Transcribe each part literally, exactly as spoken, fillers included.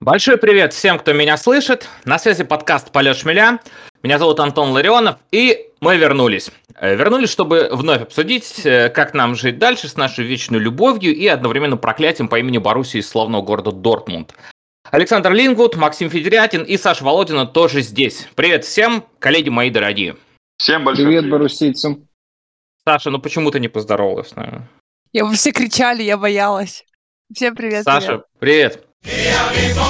Большой привет всем, кто меня слышит. На связи подкаст «Полет шмеля». Меня зовут Антон Ларионов, и мы вернулись. Вернулись, чтобы вновь обсудить, как нам жить дальше с нашей вечной любовью и одновременно проклятием по имени Боруссии из славного города Дортмунд. Александр Лингвуд, Максим Федерятин и Саша Володина тоже здесь. Привет всем, коллеги мои дорогие. Всем большой привет, привет боруссийцам. Саша, ну почему ты не поздоровалась с нами? Я, вы все кричали, я боялась. Всем привет, Саша, привет. привет.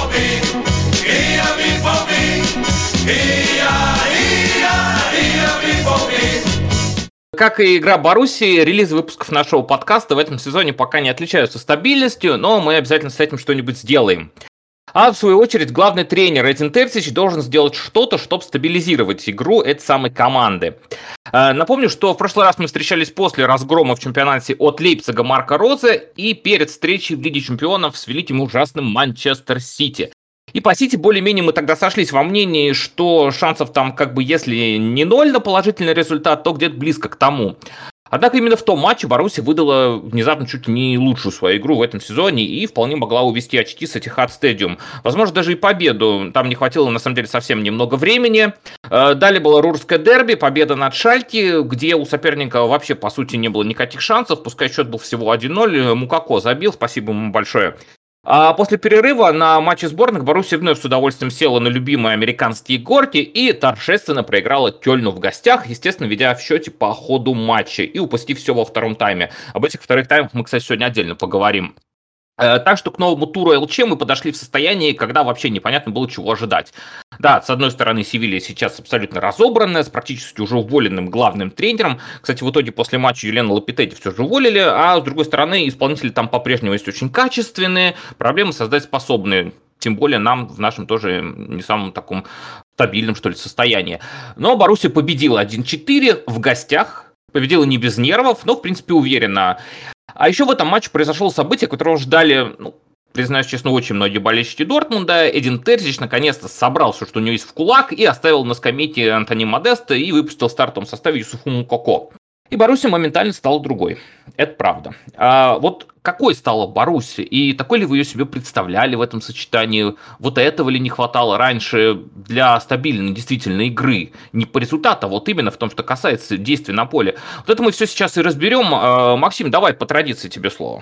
Как и игра Боруссии, релизы выпусков нашего подкаста в этом сезоне пока не отличаются стабильностью, но мы обязательно с этим что-нибудь сделаем. А в свою очередь главный тренер Эдин Терзич должен сделать что-то, чтобы стабилизировать игру этой самой команды. Напомню, что в прошлый раз мы встречались после разгрома в чемпионате от Лейпцига Марко Розе и перед встречей в Лиге чемпионов с великим ужасным Манчестер Сити. И по Сити более-менее мы тогда сошлись во мнении, что шансов там как бы если не ноль на положительный результат, то где-то близко к тому. Однако именно в том матче Боруссия выдала внезапно чуть ли не лучшую свою игру в этом сезоне и вполне могла увести очки с Этихад Стадиум. Возможно, даже и победу. Там не хватило, на самом деле, совсем немного времени. Далее было Рурское дерби, победа над Шальке, где у соперника вообще, по сути, не было никаких шансов. Пускай счет был всего один ноль. Мукако забил, спасибо ему большое. А после перерыва на матче сборных Боруссия вновь с удовольствием села на любимые американские горки и торжественно проиграла Кёльну в гостях, естественно, ведя в счете по ходу матча и упустив все во втором тайме. Об этих вторых таймах мы, кстати, сегодня отдельно поговорим. Так что к новому туру эл че мы подошли в состоянии, когда вообще непонятно было, чего ожидать. Да, с одной стороны, Севилья сейчас абсолютно разобранная, с практически уже уволенным главным тренером. Кстати, в итоге после матча Елену Лопетети все же уволили, а с другой стороны, исполнители там по-прежнему есть очень качественные, проблемы создать способные. Тем более нам в нашем тоже не самом таком стабильном, что ли, состоянии. Но Боруссия победила один четыре в гостях, победила не без нервов, но, в принципе, уверенно. А еще в этом матче произошло событие, которого ждали, ну, признаюсь честно, очень многие болельщики Дортмунда. Эдин Терзич наконец-то собрал все, что у него есть в кулак, и оставил на скамейке Антони Модеста и выпустил в стартовом составе Юсуфу Мукако. И Боруссия моментально стала другой. Это правда. А вот какой стала Боруссия? И такой ли вы ее себе представляли в этом сочетании? Вот этого ли не хватало раньше для стабильной действительно игры? Не по результату, а вот именно в том, что касается действий на поле. Вот это мы все сейчас и разберем. Максим, давай по традиции тебе слово.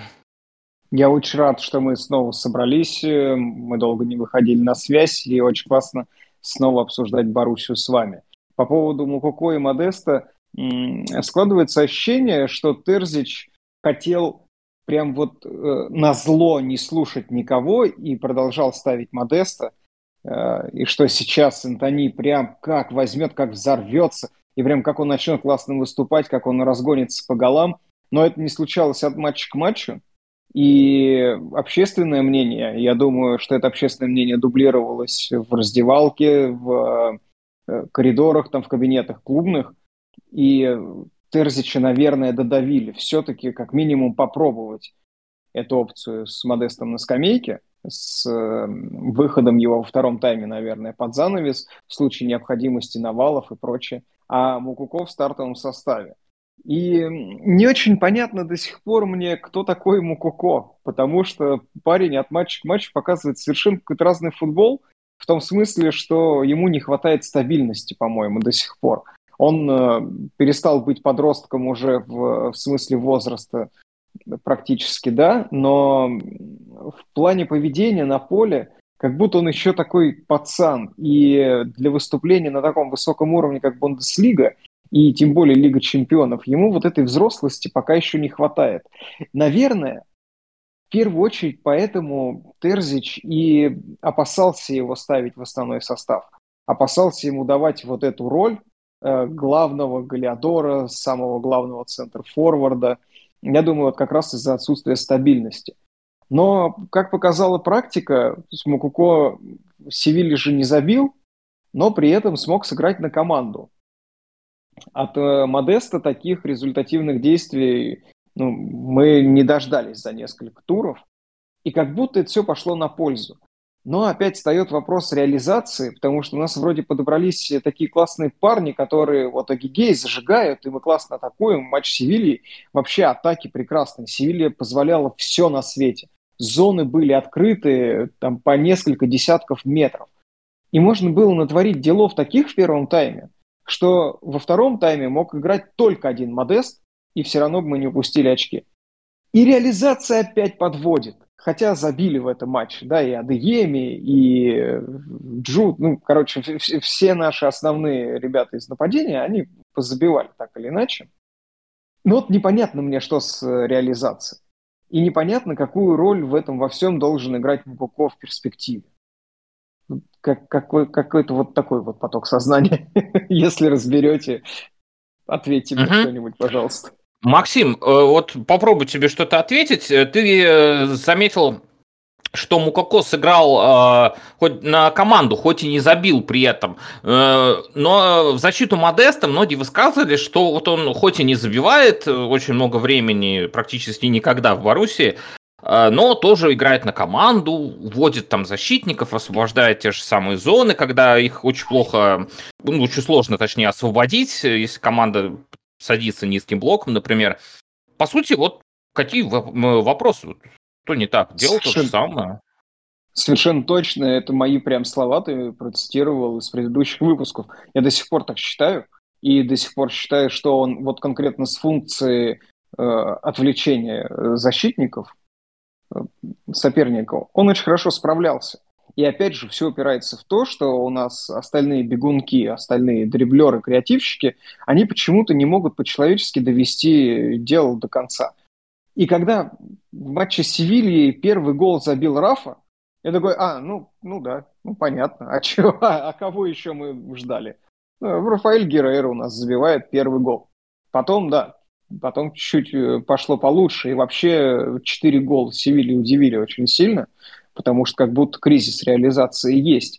Я очень рад, что мы снова собрались. Мы долго не выходили на связь, и очень классно снова обсуждать Боруссию с вами. По поводу Мукако и Модеста складывается ощущение, что Терзич хотел прям вот э, назло не слушать никого и продолжал ставить Модеста, э, и что сейчас Антони прям как возьмет, как взорвется, и прям как он начнет классно выступать, как он разгонится по голам. Но это не случалось от матча к матчу. И общественное мнение, я думаю, что это общественное мнение дублировалось в раздевалке, в э, коридорах, там, в кабинетах клубных. И Терзича, наверное, додавили все-таки как минимум попробовать эту опцию с Модестом на скамейке, с э, выходом его во втором тайме, наверное, под занавес в случае необходимости навалов и прочее, а Мукако в стартовом составе. И не очень понятно до сих пор мне, кто такой Мукако, потому что парень от матча к матчу показывает совершенно какой-то разный футбол, в том смысле, что ему не хватает стабильности, по-моему, до сих пор. Он э, перестал быть подростком уже в, в смысле возраста практически, да, но в плане поведения на поле как будто он еще такой пацан. И для выступления на таком высоком уровне, как Бундеслига, и тем более Лига чемпионов, ему вот этой взрослости пока еще не хватает. Наверное, в первую очередь поэтому Терзич и опасался его ставить в основной состав. Опасался ему давать вот эту роль главного голеадора, самого главного центр-форварда. Я думаю, вот как раз из-за отсутствия стабильности. Но, как показала практика, Мукако Севилье же не забил, но при этом смог сыграть на команду. От Модеста таких результативных действий ну, мы не дождались за несколько туров. И как будто это все пошло на пользу. Но опять встает вопрос реализации, потому что у нас вроде подобрались такие классные парни, которые вот эгегей зажигают, и мы классно атакуем. Матч Севильи, вообще атаки прекрасные. Севилья позволяла все на свете. зоны были открыты там по несколько десятков метров. И можно было натворить делов таких в первом тайме, что во втором тайме мог играть только один Модест, и все равно бы мы не упустили очки. И реализация опять подводит. Хотя забили в этом матче, да, и Адееми, и Джуд, ну, короче, все наши основные ребята из нападения, они позабивали так или иначе. Но вот непонятно мне, что с реализацией. И непонятно, какую роль в этом во всем должен играть Мукоко в перспективе. Как, какой, какой-то вот такой вот поток сознания. Если разберете, ответьте мне кто-нибудь, пожалуйста. Максим, вот попробуй тебе что-то ответить. Ты заметил, что Мукоко сыграл э, хоть на команду, хоть и не забил при этом. Э, но в защиту Модеста многие высказывали, что вот он хоть и не забивает очень много времени, практически никогда в Боруссии, э, но тоже играет на команду, вводит там защитников, освобождает те же самые зоны, когда их очень плохо, ну, очень сложно, точнее, освободить, если команда садится низким блоком, например. По сути, вот какие вопросы? Что не так? Делал то же самое. Совершенно точно. Это мои прям слова ты процитировал из предыдущих выпусков. Я до сих пор так считаю. И до сих пор считаю, что он вот конкретно с функцией э, отвлечения защитников, э, соперников, он очень хорошо справлялся. И опять же, все упирается в то, что у нас остальные бегунки, остальные дриблеры, креативщики, они почему-то не могут по-человечески довести дело до конца. И когда в матче с Севильей первый гол забил Рафа, я такой, а, ну, ну да, ну понятно, а чего, а, а кого еще мы ждали? Ну, Рафаэль Геррера у нас забивает первый гол. Потом, да, потом чуть-чуть пошло получше, и вообще четыре гола Севильи удивили очень сильно, потому что как будто кризис реализации есть.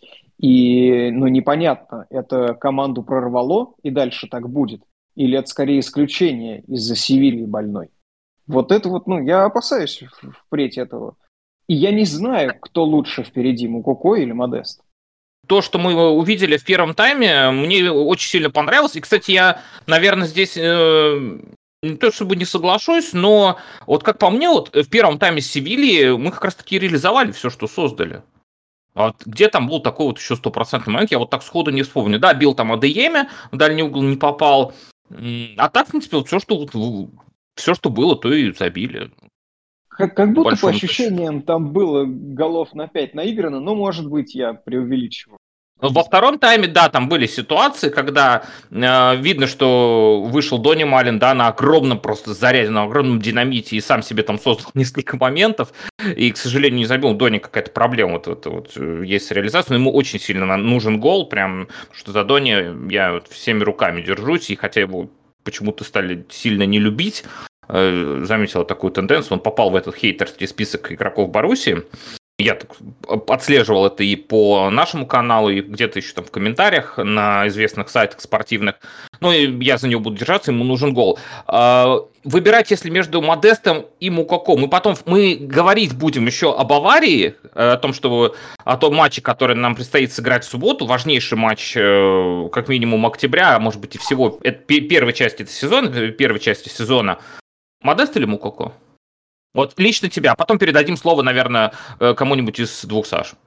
И, ну, непонятно, это команду прорвало, и дальше так будет, или это скорее исключение из-за Севильи больной. Вот это вот, ну, я опасаюсь впредь этого. И я не знаю, кто лучше впереди, Мукоко или Модест. То, что мы увидели в первом тайме, мне очень сильно понравилось. И, кстати, я, наверное, здесь э, не то чтобы не соглашусь, но вот как по мне, вот в первом тайме с Севильей мы как раз-таки реализовали все, что создали. Вот где там был такой вот еще стопроцентный момент, я вот так сходу не вспомню. Да, бил там Адееми, в дальний угол не попал. А так, в принципе, вот все, что, все, что было, то и забили. Как, как будто по ощущениям счету. Там было голов на пять наиграно, но, может быть, я преувеличиваю. Во втором тайме, да, там были ситуации, когда э, видно, что вышел Дони Малин, да, на огромном просто заряде, на огромном динамите, и сам себе там создал несколько моментов, и, к сожалению, не забил. У Дони какая-то проблема вот, вот, вот есть с реализацией, но ему очень сильно нужен гол, прям, что за Дони я вот всеми руками держусь, и хотя его почему-то стали сильно не любить, э, заметил такую тенденцию, он попал в этот хейтерский список игроков Боруссии. Я так отслеживал это и по нашему каналу, и где-то еще там в комментариях на известных сайтах спортивных. Ну, и я за него буду держаться, ему нужен гол. Выбирать, если между Модестом и Мукоко. Мы потом мы говорить будем еще об аварии, о том, что о том матче, который нам предстоит сыграть в субботу, важнейший матч, как минимум октября, а может быть и всего это первой части этого сезона, первой части сезона. Модест или Мукоко? Вот лично тебя, а потом передадим слово, наверное, кому-нибудь из двух Саш.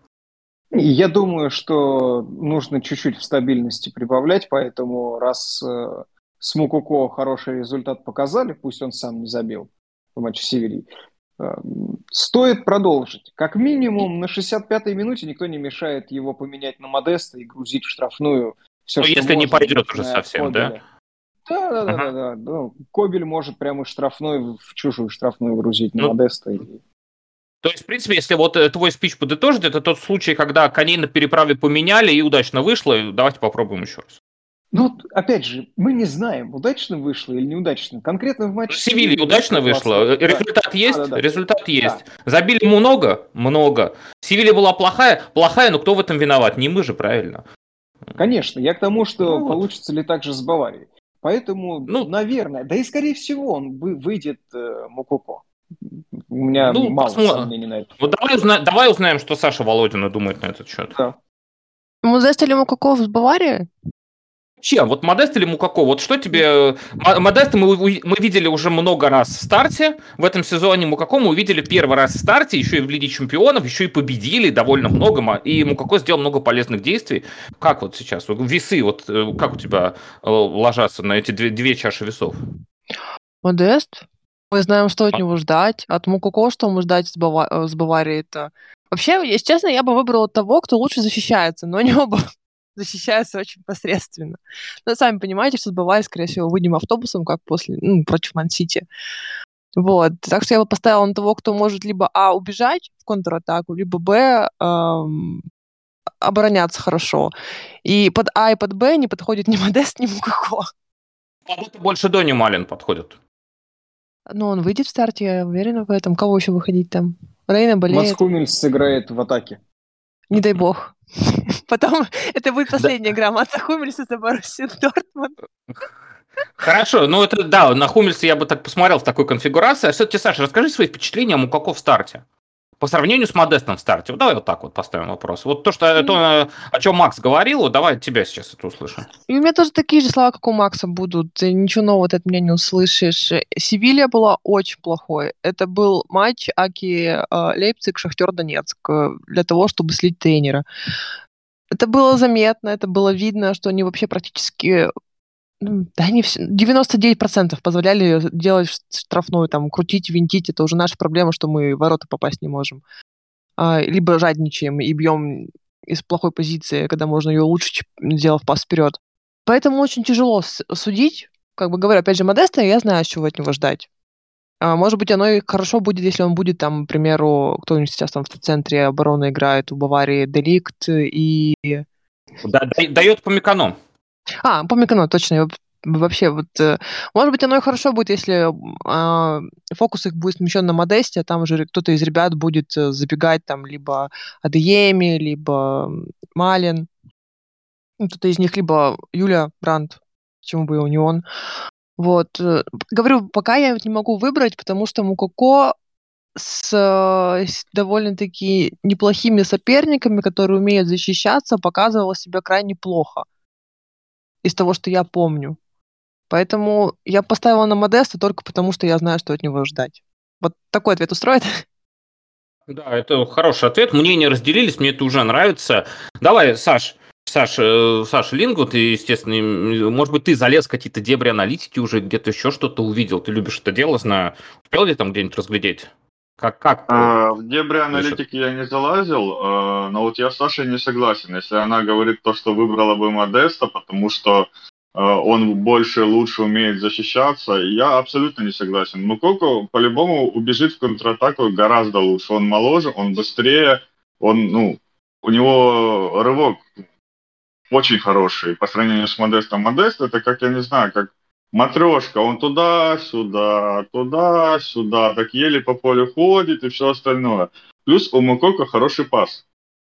Я думаю, что нужно чуть-чуть в стабильности прибавлять, поэтому раз э, с Мукоко хороший результат показали, пусть он сам не забил в матче с Севильей, э, стоит продолжить. Как минимум на шестьдесят пятой минуте никто не мешает его поменять на Модеста и грузить в штрафную все, ну, что если можно, не пойдет уже совсем, Кобеля. да? Да, да, да, ага. да, да. Ну, Кобель может прямо штрафной в чужую штрафную грузить на ну, Модеста. И... То есть, в принципе, если вот твой спич подытожить, это тот случай, когда коней на переправе поменяли и удачно вышло. Давайте попробуем еще раз. Ну, опять же, мы не знаем, удачно вышло или неудачно. Конкретно в матче с Севильей удачно вышло. Классно. Результат да. есть? Да, да, да. Результат есть. Да. Забили много? Много. Севилья была плохая? Плохая, но кто в этом виноват? Не мы же, правильно? Конечно. Я к тому, что ну, получится вот. ли так же с Баварией. Поэтому, ну, наверное, да и скорее всего он выйдет э, Мукоко. У меня ну, мало посмотрим. сомнений на это. Вот давай, узна... давай узнаем, что Саша Володина думает на этот счет. Да. Модест или Мукоко с Баварией? Чем? Вот Модест или Мукако? Вот что тебе... Модеста мы, мы видели уже много раз в старте в этом сезоне. Мукако мы увидели первый раз в старте, еще и в Лиге Чемпионов, еще и победили довольно много. И Мукако сделал много полезных действий. Как вот сейчас? Весы, вот как у тебя ложатся на эти две, две чаши весов? Модест. Мы знаем, что от него ждать. От Мукако, что мы ждать с, Бава... с Баварией. Это... Вообще, если честно, я бы выбрала того, кто лучше защищается. Но они оба защищаются очень посредственно. Но сами понимаете, что с Баварией, скорее всего, выйдем автобусом, как после, ну, против Ман-Сити. Вот. Так что я бы поставила на того, кто может либо а. убежать в контратаку, либо б. Эм, обороняться хорошо. И под А и под Б не подходит ни Модест, ни Мукако. Под это больше Дони Малин подходит. Ну, он выйдет в старте, я уверена в этом. Кого еще выходить там? Рейна болеет. Мац Хуммельс сыграет в атаке. Не дай бог. Потом это будет последняя игра Маца Хуммельса за Боруссию Дортмунд. Хорошо, ну это да, на Хуммельса я бы так посмотрел в такой конфигурации. А все-таки, Саша, расскажи свои впечатления о Мукако в старте. По сравнению с Модестом в старте. Вот давай вот так вот поставим вопрос. Вот то, что, то, о чем Макс говорил, вот давай от тебя сейчас это услышим. И у меня тоже такие же слова, как у Макса будут. Ты ничего нового от меня не услышишь. Севилья была очень плохой. Это был матч Аки Лейпциг, Шахтер Донецк для того, чтобы слить тренера. Это было заметно, это было видно, что они вообще практически... Да, они все, девяносто девять процентов позволяли делать штрафную, там, крутить, винтить. Это уже наша проблема, что мы в ворота попасть не можем. А, либо жадничаем и бьем из плохой позиции, когда можно ее улучшить, сделав пас вперед. Поэтому очень тяжело судить. Как бы говорю, опять же, Модеста, я знаю, чего от него ждать. А, может быть, оно и хорошо будет, если он будет, там, к примеру, кто-нибудь сейчас там в центре обороны играет у Баварии, Деликт и... Да, дает по Мекану. А, по Мекану, точно. Вообще, вот, может быть, оно и хорошо будет, если э, фокус их будет смещен на Модесте, а там уже кто-то из ребят будет забегать, там, либо Адееми, либо Малин. Кто-то из них, либо Юля Брандт, почему бы и не он. Вот. Говорю, пока я не могу выбрать, потому что Мукако с, с довольно-таки неплохими соперниками, которые умеют защищаться, показывала себя крайне плохо. Из того, что я помню. Поэтому я поставила на Модеста только потому, что я знаю, что от него ждать. Вот такой ответ устроит? Да, это хороший ответ. Мнения разделились, мне это уже нравится. Давай, Саш, Саш, Саш Лингут, и, естественно, может быть, ты залез в какие-то дебри аналитики уже, где-то еще что-то увидел. Ты любишь это дело, знаю. Успел ли там где-нибудь разглядеть? Как, как? А, в дебри аналитики я не залазил, а, но вот я с Сашей не согласен. Если она говорит то, что выбрала бы Модеста, потому что а, он больше, лучше умеет защищаться, я абсолютно не согласен. Мукако по-любому убежит в контратаку гораздо лучше. Он моложе, он быстрее, он, ну, у него рывок очень хороший по сравнению с Модестом. Модест это, как я не знаю, как матрешка, он туда-сюда, туда-сюда, так еле по полю ходит и все остальное. Плюс у Мукако хороший пас.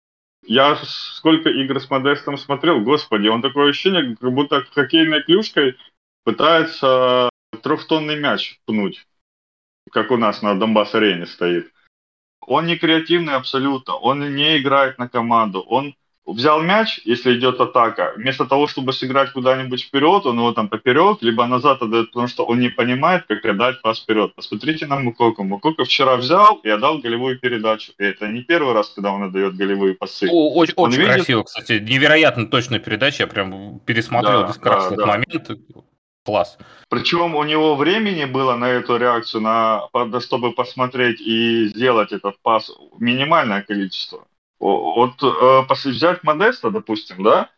Я сколько игр с Модестом смотрел, господи, он такое ощущение, как будто хоккейной клюшкой пытается трехтонный мяч пнуть, как у нас на Донбасс-арене стоит. Он не креативный абсолютно, он не играет на команду, он взял мяч, если идет атака, вместо того, чтобы сыграть куда-нибудь вперед, он его там поперек, либо назад отдает, потому что он не понимает, как отдать пас вперед. Посмотрите на Мукако. Мукако вчера взял и отдал голевую передачу. И это не первый раз, когда он отдает голевые пасы. Очень, он очень видит... красиво, кстати. Невероятно точная передача. Я прям пересмотрел да, несколько раз да, этот да. момент. Класс. Причем у него времени было на эту реакцию, на, чтобы посмотреть и сделать этот пас минимальное количество. Вот э, взять Модеста, допустим, да,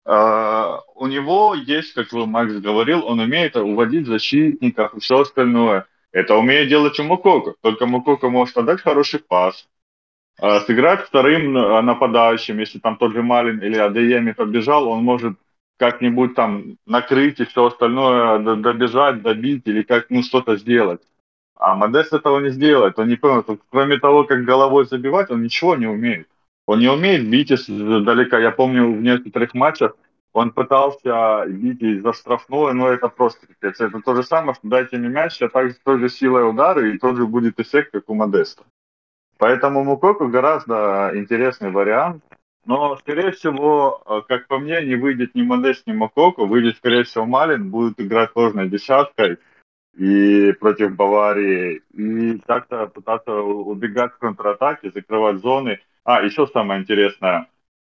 э, у него есть, как Макс говорил, он умеет уводить защитников и все остальное. Это умеет делать у Мукако. Только Мукако может отдать хороший пас, э, сыграть вторым нападающим, если там тот же Малин или Адееми побежал, он может как-нибудь там накрыть и все остальное, добежать, добить или как ну что-то сделать. А Модест этого не сделает. Он не понял, кроме того, как головой забивать, он ничего не умеет. Он не умеет бить издалека. Я помню, в некоторых матчах он пытался бить из-за штрафной, но это просто пипец. Это то же самое, что дайте мне мяч, а также с той же силой удары, и тот же будет эффект, как у Модеста. Поэтому Мукако гораздо интересный вариант. Но, скорее всего, как по мне, не выйдет ни Модест, ни Мококо, выйдет, скорее всего, Малин, будет играть сложной десяткой и против Баварии, и как-то пытаться убегать в контратаке, закрывать зоны. А, еще самое интересное,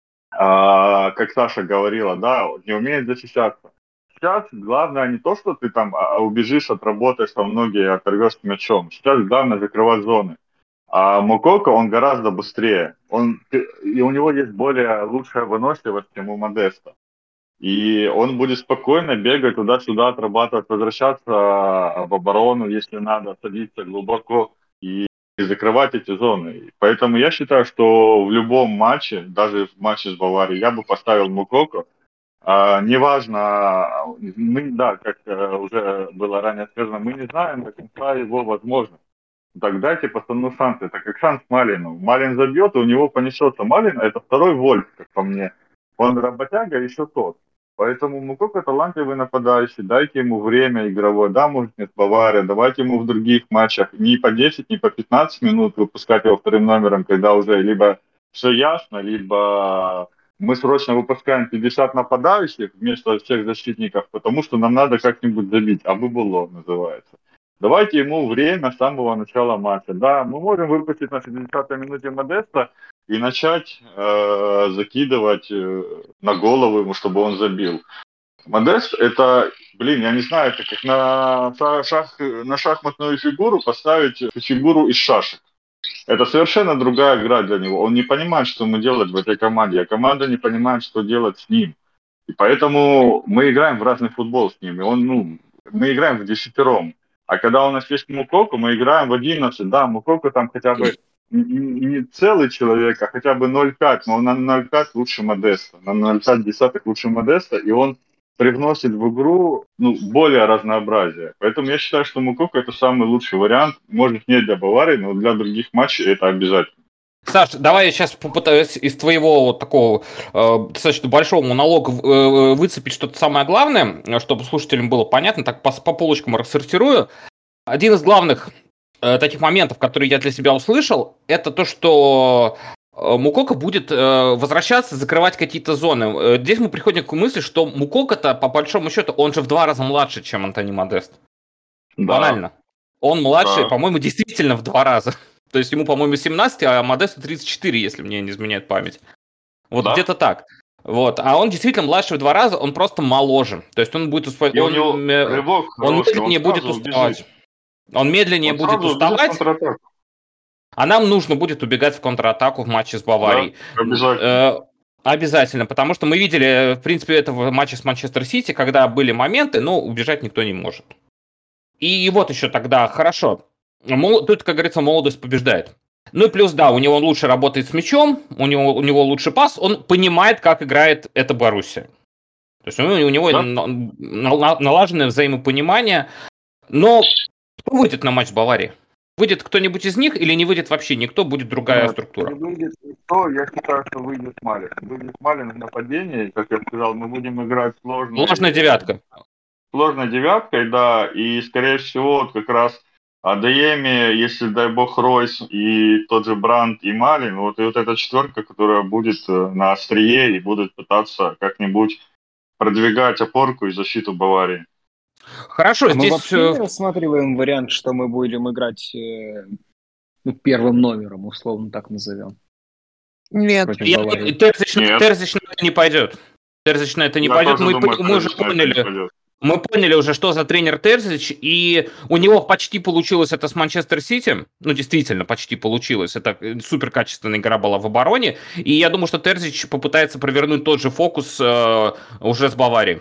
а, как Саша говорила, да, не умеет защищаться. Сейчас главное не то, что ты там убежишь, отработаешь, там многие оторвешь мячом. Сейчас главное закрывать зоны. А Мококо, он гораздо быстрее. Он, и у него есть более лучшая выносливость, чем у Модеста. И он будет спокойно бегать туда-сюда, отрабатывать, возвращаться в оборону, если надо, садиться глубоко и, и закрывать эти зоны. Поэтому я считаю, что в любом матче, даже в матче с Баварией, я бы поставил Мококо. А, неважно, мы, да, как уже было ранее сказано, мы не знаем до конца его возможностей. Так дайте пацану шанс. Это как шанс Малину. Малин забьет, и у него понесется. Малин — это второй Вольф, как по мне. Он работяга, еще тот. Поэтому Мукоко талантливый нападающий. Дайте ему время игровое. Да, может, нет Бавария. Давайте ему в других матчах не по десять, не по пятнадцать минут выпускать его вторым номером, когда уже либо все ясно, либо мы срочно выпускаем пятьдесят нападающих вместо всех защитников, потому что нам надо как-нибудь забить. Абы-було называется. Давайте ему время с самого начала матча. Да, мы можем выпустить на шестидесятой минуте Модеста и начать э, закидывать э, на голову ему, чтобы он забил. Модест — это, блин, я не знаю, это как на, шах, на шахматную фигуру поставить фигуру из шашек. Это совершенно другая игра для него. Он не понимает, что ему делать в этой команде, а команда не понимает, что делать с ним. И поэтому мы играем в разный футбол с ними. Он, ну, мы играем в десятером. А когда у нас есть Мукоко, мы играем в одиннадцать. Да, Мукоко там хотя бы не целый человек, а хотя бы ноль целых пять. Но он на ноль целых пять лучше Модеста. На ноль целых пять десятых лучше Модеста. И он привносит в игру ну, более разнообразия. Поэтому я считаю, что Мукоко — это самый лучший вариант. Может, не для Баварии, но для других матчей это обязательно. Саш, давай я сейчас попытаюсь из твоего вот такого э, достаточно большого монолога э, выцепить что-то самое главное, чтобы слушателям было понятно, так по, по полочкам рассортирую. Один из главных э, таких моментов, которые я для себя услышал, это то, что э, Мукоко будет э, возвращаться, закрывать какие-то зоны. Здесь мы приходим к мысли, что Мукоко-то, по большому счету, он же в два раза младше, чем Антони Модест. Да. Банально. Он младше, да. По-моему, действительно в два раза. То есть ему, по-моему, семнадцать, а Модесту тридцать четыре, если мне не изменяет память. Вот да? Где-то так. Вот. А он действительно младше в два раза, он просто моложе. То есть он будет успевать. Он, он, рывок, он медленнее он будет уставать. Убежит. Он медленнее он будет уставать. А нам нужно будет убегать в контратаку в матче с Баварией. Да, обязательно. Обязательно, потому что мы видели, в принципе, это в матче с Манчестер Сити, когда были моменты, но убежать никто не может. И вот еще тогда, хорошо. Тут, как говорится, молодость побеждает. Ну и плюс, да, у него он лучше работает с мячом, у него, у него лучше пас, он понимает, как играет эта Боруссия. То есть у, у него да? на, на, налаженное взаимопонимание. Но кто выйдет на матч с Баварией? Выйдет кто-нибудь из них или не выйдет вообще никто, будет другая Нет, структура? Не выйдет никто, я считаю, что выйдет Малин. Выйдет Малин в нападении, как я сказал, мы будем играть сложно. Сложная девятка. Сложной девяткой, да, и, скорее всего, как раз Адееми, если, дай бог, Ройс и тот же Брандт и Малин, вот, и вот эта четверка, которая будет на острие и будет пытаться как-нибудь продвигать опорку и защиту Баварии. Хорошо, а здесь... Мы вообще не рассматриваем вариант, что мы будем играть э, ну, первым номером, условно так назовем. Нет. Я, Терзич, Нет. Терзич на это не пойдет. Терзич на это не Я пойдет. Мы, думаю, мы уже поняли... Мы поняли уже, что за тренер Терзич, и у него почти получилось это с Манчестер Сити. Ну, действительно, почти получилось. Это супер качественная игра была в обороне. И я думаю, что Терзич попытается провернуть тот же фокус э, уже с Баварией.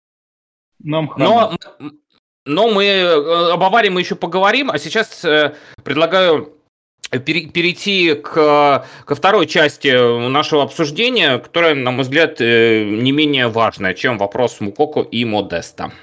Нам но, но мы о Баварии мы еще поговорим, а сейчас э, предлагаю перейти к, ко второй части нашего обсуждения, которая, на мой взгляд, не менее важная, чем вопрос Мукоко и Модеста.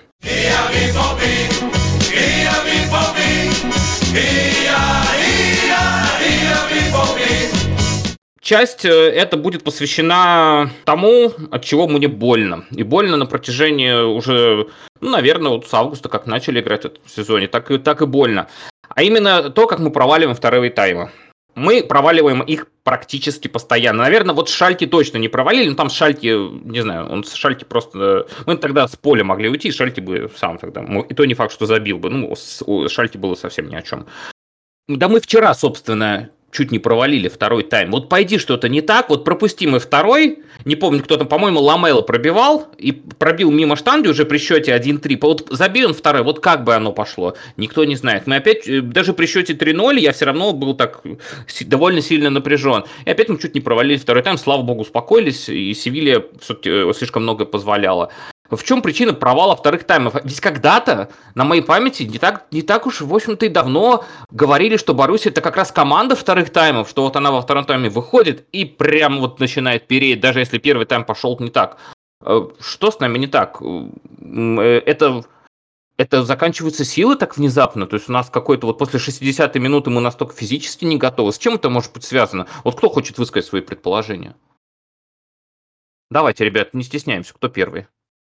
Часть эта будет посвящена тому, от чего мне больно. И больно на протяжении уже, ну, наверное, вот с августа, как начали играть в этом сезоне, так и, так и больно. А именно то, как мы проваливаем вторые таймы. мы проваливаем их практически постоянно. Наверное, вот Шальки точно не провалили, но там Шальки, не знаю, он с Шальки просто... Мы тогда с поля могли уйти, Шальки бы сам тогда... И то не факт, что забил бы. Ну, у Шальки было совсем ни о чем. Да мы вчера, собственно, чуть не провалили второй тайм. Вот пойди что-то не так, вот пропусти мы второй, не помню, кто там, по-моему, Ламело пробивал и пробил мимо штанги уже при счете один-три. Вот забей он второй, вот как бы оно пошло, никто не знает. Мы опять, даже при счете три-ноль, я все равно был так довольно сильно напряжен. И опять мы чуть не провалили второй тайм, слава богу, успокоились, и Севилья все-таки слишком много позволяла. В чем причина провала вторых таймов? Ведь когда-то, на моей памяти, не так, не так уж, в общем-то, и давно говорили, что Боруссия это как раз команда вторых таймов, что вот она во втором тайме выходит и прям вот начинает переть, даже если первый тайм пошел не так. Что с нами не так? Это, это заканчиваются силы так внезапно? То есть у нас какой-то вот после шестидесятой минуты мы настолько физически не готовы. С чем это может быть связано? Вот кто хочет высказать свои предположения? Давайте, ребят, не стесняемся, кто первый?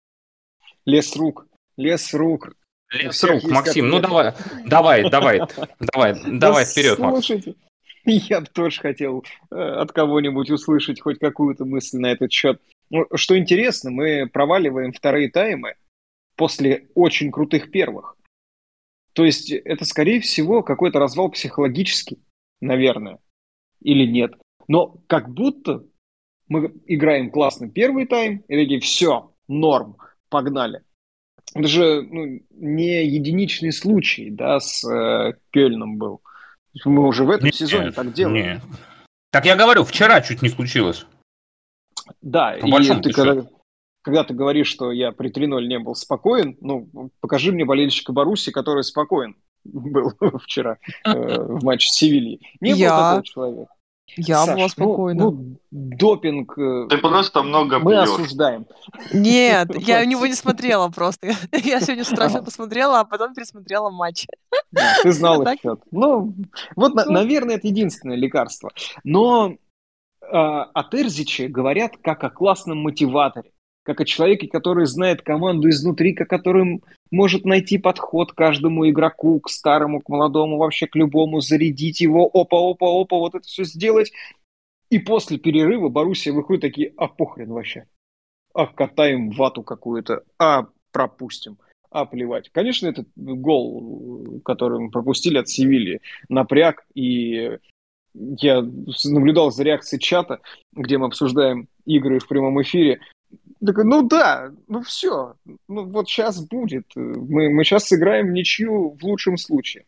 Лес рук, лес рук. Лес рук, Максим, ну давай, давай, давай, давай, давай вперед, Макс. Слушайте, я бы тоже хотел от кого-нибудь услышать хоть какую-то мысль на этот счет. Ну, что интересно, мы проваливаем вторые таймы после очень крутых первых. То есть это, скорее всего, какой-то развал психологический, наверное, или нет. Но как будто мы играем классно первый тайм, и такие, все, норм. Погнали. Это же ну, не единичный случай, да, с э, Кёльном был. Мы уже в этом нет, сезоне так делаем. Нет. Так я говорю, вчера чуть не случилось. Да, по и ты когда, когда ты говоришь, что я при три-ноль не был спокоен, ну, покажи мне болельщика Боруссии, который спокоен был вчера э, в матче с Севильей. Не я... был такой человек. Я Саш, была спокойна. Ну, ну, допинг Ты просто много мы пьешь. осуждаем. Нет, я у него не смотрела просто. Я сегодня с утра все посмотрела, а потом пересмотрела матч. Ты знал счет. Ну, вот, наверное, это единственное лекарство. Но о Терзиче говорят как о классном мотиваторе, как о человеке, который знает команду изнутри, который может найти подход к каждому игроку, к старому, к молодому, вообще к любому, зарядить его, опа-опа-опа, вот это все сделать. И после перерыва Боруссия выходит такие, а похрен вообще, а катаем вату какую-то, а пропустим, а плевать. Конечно, этот гол, который мы пропустили от Севильи, напряг, и я наблюдал за реакцией чата, где мы обсуждаем игры в прямом эфире. Так, ну да, ну все, ну вот сейчас будет. Мы, мы сейчас сыграем в ничью в лучшем случае.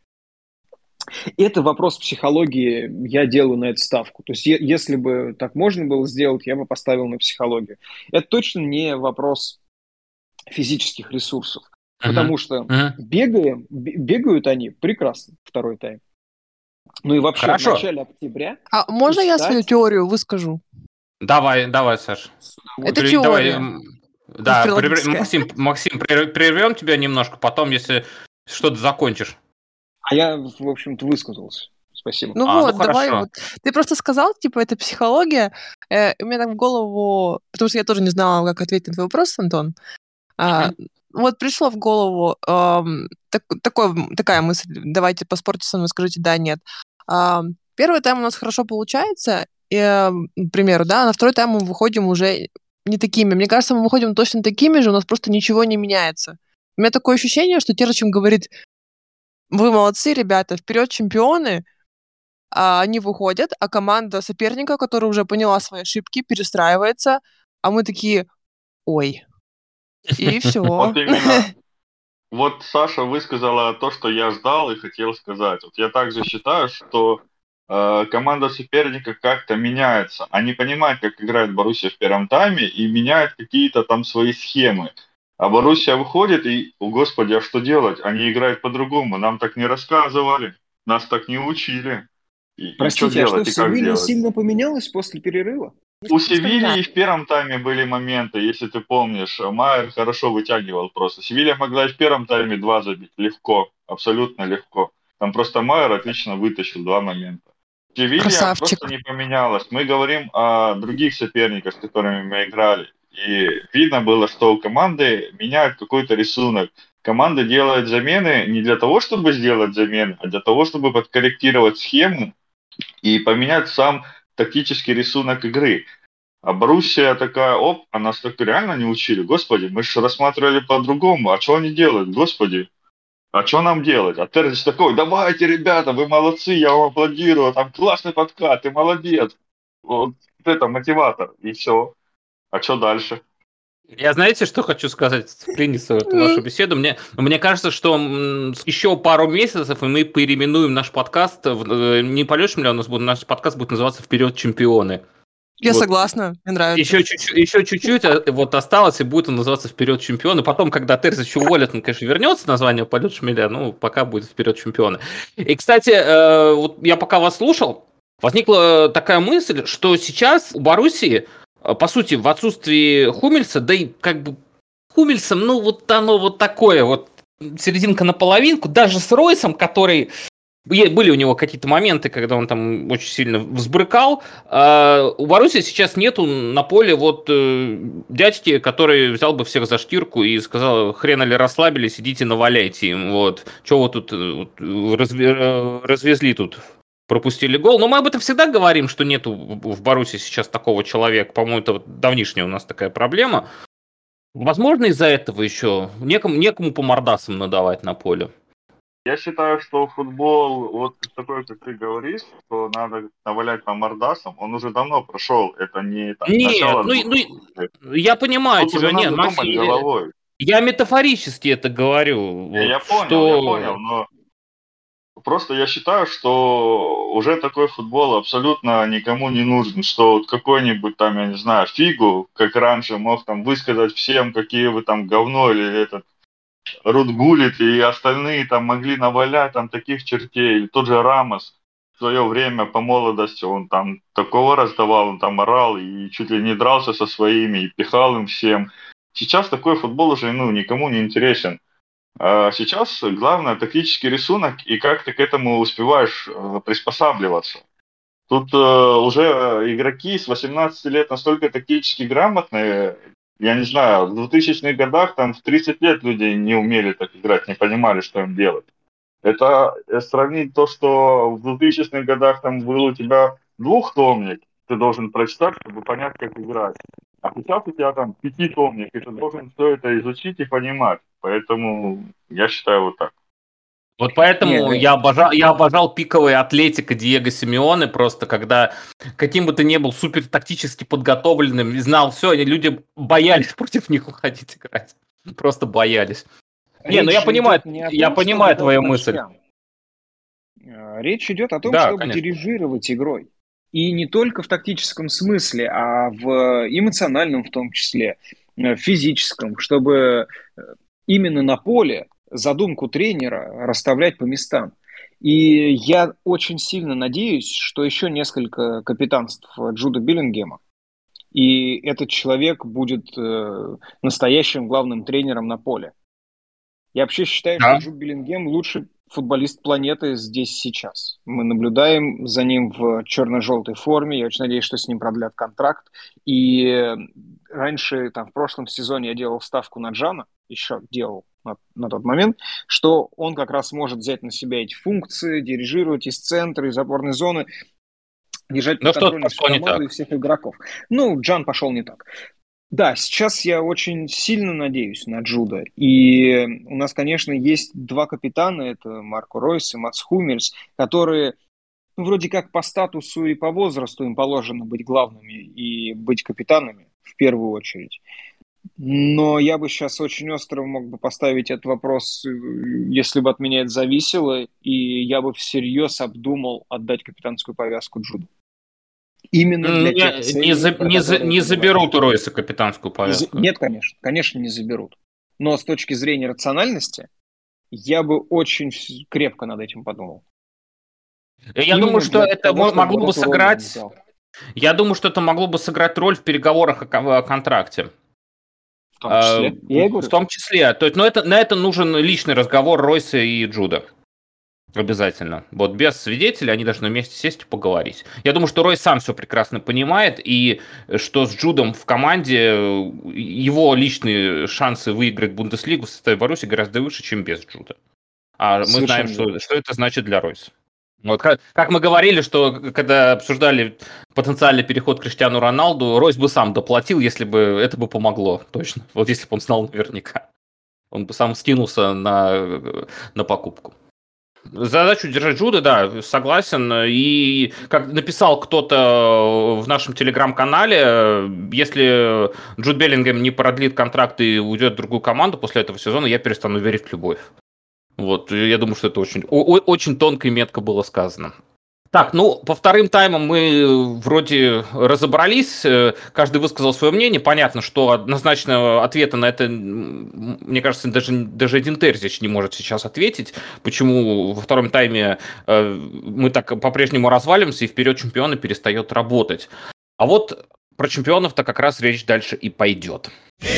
Это вопрос психологии, я делаю на эту ставку. То есть е- если бы так можно было сделать, я бы поставил на психологию. Это точно не вопрос физических ресурсов. Uh-huh. Потому что uh-huh. бегаем, бегают они прекрасно второй тайм. Ну и вообще Хорошо. В начале октября... А можно устать... я свою теорию выскажу? Давай, давай, Саш. Это При... теория. Давай. Да, прерв... Максим, Максим, прервем тебя немножко, потом, если что-то закончишь. А я, в общем-то, высказался. Спасибо. Ну а, вот, ну давай вот. Ты просто сказал, типа, это психология. Э, у меня так в голову... Потому что я тоже не знала, как ответить на твой вопрос, Антон. А, mm-hmm. Вот пришло в голову э, так, такой, такая мысль. Давайте поспорьте со мной, скажите да, нет. А, первый тайм у нас хорошо получается, и, к примеру, да, на второй тайм мы выходим уже не такими. Мне кажется, мы выходим точно такими же, у нас просто ничего не меняется. У меня такое ощущение, что Терзичем говорит, вы молодцы, ребята, вперед, чемпионы, а они выходят, а команда соперника, которая уже поняла свои ошибки, перестраивается, а мы такие, ой, и все. Вот именно. Вот Саша высказала то, что я ждал и хотел сказать. Вот я также считаю, что э, команда соперника как-то меняется. Они понимают, как играет Боруссия в первом тайме и меняют какие-то там свои схемы. А Боруссия выходит и, о господи, а что делать? Они играют по-другому. Нам так не рассказывали, нас так не учили. И, Простите, и что а делать, что, Севилья сильно поменялась после перерыва? У Севильи в первом тайме были моменты, если ты помнишь, Майер хорошо вытягивал просто. Севилья могла и в первом тайме два забить, легко, абсолютно легко. Там просто Майер отлично вытащил два момента. Севилья Красавчик. Просто не поменялась. Мы говорим о других соперниках, с которыми мы играли. И видно было, что у команды меняют какой-то рисунок. Команда делает замены не для того, чтобы сделать замены, а для того, чтобы подкорректировать схему и поменять сам тактический рисунок игры. А Боруссия такая, оп, а нас так реально не учили. Господи, мы же рассматривали по-другому. А что они делают? Господи, а что нам делать? А Терзич такой, давайте, ребята, вы молодцы, я вам аплодирую, там классный подкат, ты молодец. Вот это мотиватор, и все. А что дальше? Я знаете, что хочу сказать, вклиниться в эту вашу беседу? Мне, мне кажется, что м, еще пару месяцев, и мы переименуем наш подкаст. в- э, Не полешь ли у нас будет, наш подкаст будет называться «Вперед, чемпионы». Я Вот. согласна, мне нравится. Еще чуть-чуть, еще чуть-чуть а, вот осталось, и будет он называться «Вперед, чемпионы». Потом, когда Терзич уволят, он, конечно, вернется название «Полет шмеля», ну, пока будет «Вперед, чемпионы». И, кстати, э, вот я пока вас слушал, возникла такая мысль, что сейчас у Боруссии, э, по сути, в отсутствии Хумельса, да и как бы Хумельсом, ну, вот оно вот такое вот, серединка на половинку, даже с Ройсом, который... Были у него какие-то моменты, когда он там очень сильно взбрыкал. А у Боруссии сейчас нету на поле вот э, дядьки, который взял бы всех за шкирку и сказал, хрена ли расслабились, идите наваляйте им. Вот. Чего вы тут вот, разве, развезли тут, пропустили гол. Но мы об этом всегда говорим, что нету в Боруссии сейчас такого человека. По-моему, это вот давнишняя у нас такая проблема. Возможно, из-за этого еще некому, некому по мордасам надавать на поле. Я считаю, что футбол, вот такой, как ты говоришь, что надо навалять по мордасам, он уже давно прошел. Это не там, Нет, начало ну, двухтысячных. ну я понимаю Тут тебя, уже нет, надо Максим, думать головой. я метафорически это говорю. Я, Вот, я понял, что... я понял, но просто я считаю, что уже такой футбол абсолютно никому не нужен, что вот какой-нибудь там, я не знаю, фигу, как раньше мог там высказать всем, какие вы там говно или этот Рудгулит и остальные там могли навалять там таких чертей, или тот же Рамос в свое время по молодости, он там такого раздавал, он там орал и чуть ли не дрался со своими, и пихал им всем. Сейчас такой футбол уже ну, никому не интересен. А сейчас главное тактический рисунок и как ты к этому успеваешь э, приспосабливаться. Тут э, уже игроки с восемнадцати лет настолько тактически грамотные, я не знаю, в двухтысячных годах там в тридцать лет люди не умели так играть, не понимали, что им делать. Это э, сравнить то, что в двухтысячных годах там был у тебя двухтомник, ты должен прочитать, чтобы понять, как играть. А сейчас у тебя там пятитомник, и ты должен все это изучить и понимать. Поэтому я считаю вот так. Вот поэтому Не, я обожал, я обожал пиковые атлетика Диего Симеоне, просто когда каким бы ты ни был супер тактически подготовленным и знал все, и люди боялись против них уходить играть. Просто боялись. Не, ну я понимаю, я понимаю твою мысль. Речь идет о том, Да, чтобы конечно. дирижировать игрой. И не только в тактическом смысле, а в эмоциональном в том числе, в физическом, чтобы именно на поле задумку тренера расставлять по местам. И я очень сильно надеюсь, что еще несколько капитанств Джуда Беллингема, и этот человек будет э, настоящим главным тренером на поле. Я вообще считаю, Да. что Джуд Беллингем лучший футболист планеты здесь сейчас. Мы наблюдаем за ним в черно-желтой форме. Я очень надеюсь, что с ним продлят контракт. И раньше, там, в прошлом сезоне я делал ставку на Джана, еще делал на, на тот момент, что он как раз может взять на себя эти функции, дирижировать из центра, из опорной зоны, держать под контролем всю команду и всех игроков. Ну, Джан пошел не так. Да, сейчас я очень сильно надеюсь на Джуда. И у нас, конечно, есть два капитана, это Марко Ройс и Матс Хумельс, которые ну, вроде как по статусу и по возрасту им положено быть главными и быть капитанами в первую очередь. Но я бы сейчас очень остро мог бы поставить этот вопрос, если бы от меня это зависело, и я бы всерьез обдумал отдать капитанскую повязку Джуду. Именно для не, тех целей, не, за, не, за, не заберут у Ройса капитанскую повязку. Нет, конечно, конечно, не заберут. Но с точки зрения рациональности, я бы очень крепко над этим подумал. Я Именно думаю, что это того, могло бы сыграть. Я думаю, что это могло бы сыграть роль в переговорах о, о контракте. В том числе. А, я в том числе. То есть, но это, на это нужен личный разговор Ройса и Джуда. Обязательно. Вот без свидетелей они должны вместе сесть и поговорить. Я думаю, что Рой сам все прекрасно понимает, и что с Джудом в команде его личные шансы выиграть Бундеслигу в составе Боруссии гораздо выше, чем без Джуда. А Совершенно мы знаем, что, что это значит для Ройса. Вот как, как мы говорили, что когда обсуждали потенциальный переход к Криштиану Роналду, Ройс бы сам доплатил, если бы это бы помогло, точно. Вот если бы он знал наверняка. Он бы сам скинулся на, на покупку. Задачу держать Джуда, да, согласен. И как написал кто-то в нашем телеграм-канале, если Джуд Беллингем не продлит контракт и уйдет в другую команду после этого сезона, я перестану верить в любовь. Вот, я думаю, что это очень, очень тонко и метко было сказано. Так, ну, по вторым таймам мы вроде разобрались, каждый высказал свое мнение. Понятно, что однозначного ответа на это, мне кажется, даже, даже Эдин Терзич не может сейчас ответить, почему во втором тайме мы так по-прежнему развалимся и вперед чемпиона перестает работать. А вот про чемпионов-то как раз речь дальше и пойдет.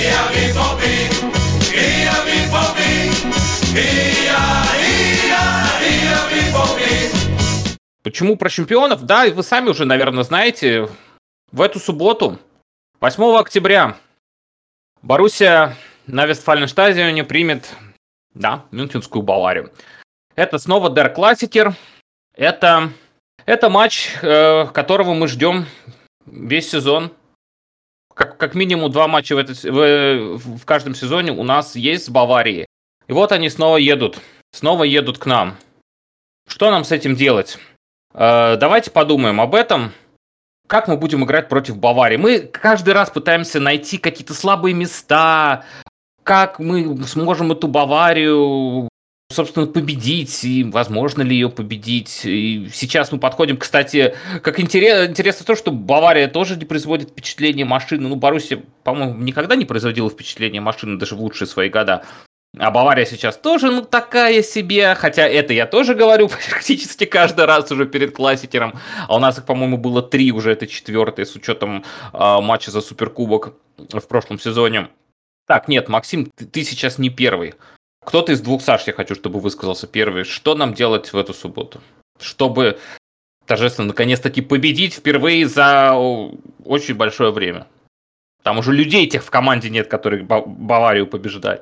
Почему про чемпионов? Да, и вы сами уже, наверное, знаете. В эту субботу, восьмого октября, Боруссия на Вестфаленстадионе примет, да, Мюнхенскую Баварию. Это снова Дер Классикер. Это, это матч, э, которого мы ждем весь сезон. Как, как минимум два матча в, этот, в, в каждом сезоне у нас есть с Баварией. И вот они снова едут. Снова едут к нам. Что нам с этим делать? Э, давайте подумаем об этом. Как мы будем играть против Баварии? Мы каждый раз пытаемся найти какие-то слабые места. Как мы сможем эту Баварию, собственно, победить? И возможно ли ее победить? И сейчас мы подходим, кстати, как интерес, интересно то, что Бавария тоже не производит впечатление машины. Ну, Боруссия, по-моему, никогда не производила впечатление машины, даже в лучшие свои года. А Бавария сейчас тоже, ну, такая себе, хотя это я тоже говорю практически каждый раз уже перед классикером. А у нас их, по-моему, было три, уже это четвертое, с учетом э, матча за Суперкубок в прошлом сезоне. Так, нет, Максим, ты, ты сейчас не первый. Кто-то из двух Саш, я хочу, чтобы высказался первый. Что нам делать в эту субботу? Чтобы торжественно, наконец-таки, победить впервые за очень большое время. Там уже людей тех в команде нет, которые Баварию побеждали.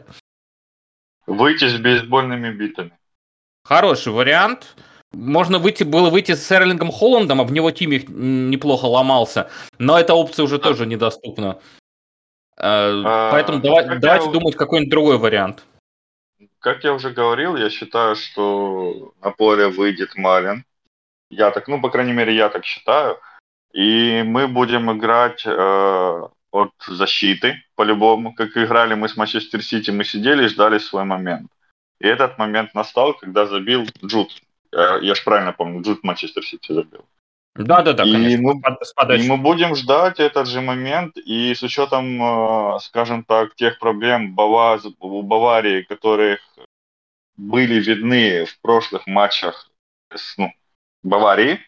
Выйти с бейсбольными битами. Хороший вариант. Можно выйти, было выйти с Эрлингом Холландом, об него Киммих неплохо ломался, но эта опция уже да. тоже недоступна. А, Поэтому давай, давайте я... думать какой-нибудь другой вариант. Как я уже говорил, я считаю, что на поле выйдет Малин. Я так, ну, по крайней мере, я так считаю. И мы будем играть э, от защиты, по-любому. Как играли мы с Манчестер Сити, мы сидели и ждали свой момент. И этот момент настал, когда забил Джуд. Я, я же правильно помню, Джуд Манчестер Сити забил. Да-да-да, и конечно. Мы, и мы будем ждать этот же момент. И с учетом, э, скажем так, тех проблем Бава, у Баварии, которые были видны в прошлых матчах с ну, Баварии,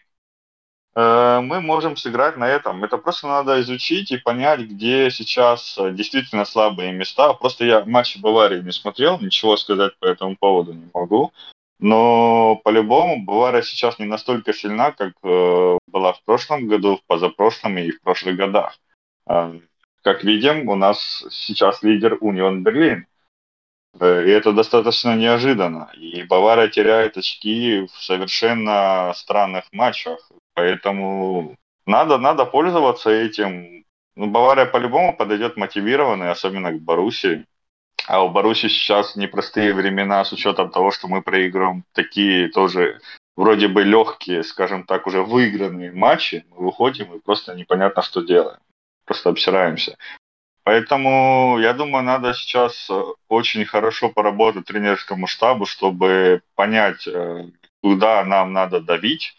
мы можем сыграть на этом. Это просто надо изучить и понять, где сейчас действительно слабые места. Просто я матчи Баварии не смотрел, ничего сказать по этому поводу не могу. Но по-любому Бавария сейчас не настолько сильна, как была в прошлом году, в позапрошлом и в прошлых годах. Как видим, у нас сейчас лидер Унион Берлин. И это достаточно неожиданно. И Бавария теряет очки в совершенно странных матчах. Поэтому надо, надо пользоваться этим. Ну, Бавария по-любому подойдет мотивированной, особенно к Боруссии. А у Боруссии сейчас непростые времена с учетом того, что мы проигрываем такие тоже вроде бы легкие, скажем так, уже выигранные матчи. Мы выходим и просто непонятно, что делаем. Просто обсираемся. Поэтому, я думаю, надо сейчас очень хорошо поработать тренерскому штабу, чтобы понять, куда нам надо давить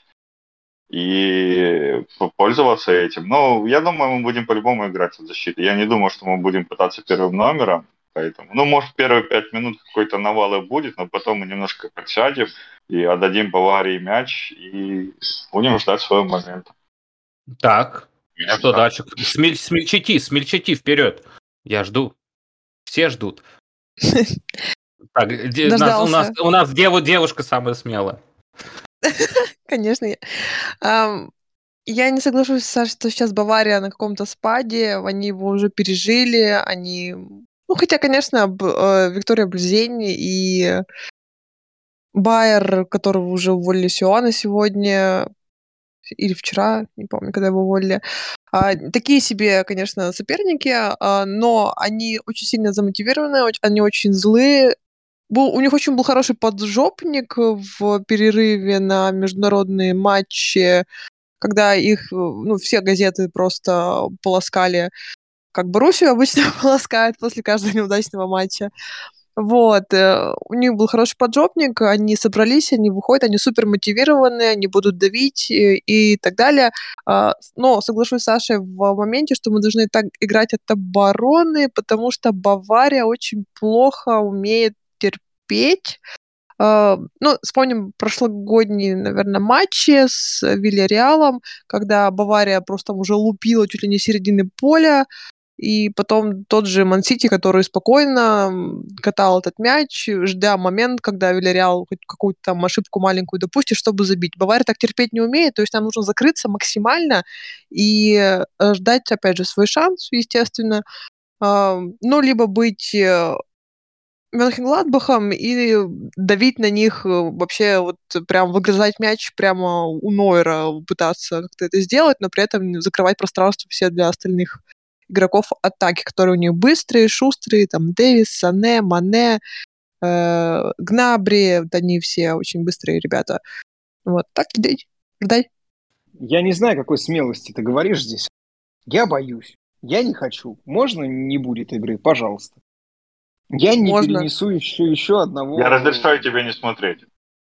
и пользоваться этим. Но я думаю, мы будем по-любому играть в защиту. Я не думаю, что мы будем пытаться первым номером. Поэтому, ну, может, первые пять минут какой-то навал и будет, но потом мы немножко подсядем и отдадим Баварии мяч и будем ждать своего момента. Так. Я что ждать. Дальше? Смель, смельчати, смельчати вперед. Я жду. Все ждут. Так, де, нас, у нас, у нас дев, девушка самая смелая. Конечно. Я не соглашусь, Саша, что сейчас Бавария на каком-то спаде. Они его уже пережили. Они... Ну, хотя, конечно, Виктория Блюзень и Байер, которого уже уволили с Иоанна сегодня, или вчера, не помню, когда его уволили. А, такие себе, конечно, соперники, а, но они очень сильно замотивированы, оч- они очень злые. Был, у них очень был хороший поджопник в перерыве на международные матчи, когда их, э, ну, все газеты просто полоскали, как Боруссию обычно полоскают после каждого неудачного матча. Вот, э, у них был хороший поджопник, они собрались, они выходят, они супер мотивированы, они будут давить и, и так далее. А, с- но соглашусь с Сашей в моменте, что мы должны так играть от обороны, потому что Бавария очень плохо умеет терпеть. А, ну, вспомним прошлогодние, наверное, матчи с Вильяреалом, когда Бавария просто уже лупила чуть ли не середины поля, и потом тот же Ман-Сити, который спокойно м, катал этот мяч, ждя момент, когда Вильяреал хоть какую-то там ошибку маленькую допустит, чтобы забить. Бавария так терпеть не умеет, то есть нам нужно закрыться максимально и э, ждать, опять же, свой шанс, естественно. А, ну, либо быть э, Мönchengladbach'ом и давить на них, э, вообще вот прям выгрызать мяч прямо у Нойера, пытаться как-то это сделать, но при этом закрывать пространство все для остальных игроков атаки, которые у них быстрые, шустрые, там Дэвис, Сане, Мане, э, Гнабри, вот они все очень быстрые ребята. Вот так ждать, ждать. Я не знаю, какой смелости ты говоришь здесь. Я боюсь. Я не хочу. Можно не будет игры, пожалуйста. Я не Можно. перенесу еще, еще одного... Я разрешаю тебе не смотреть.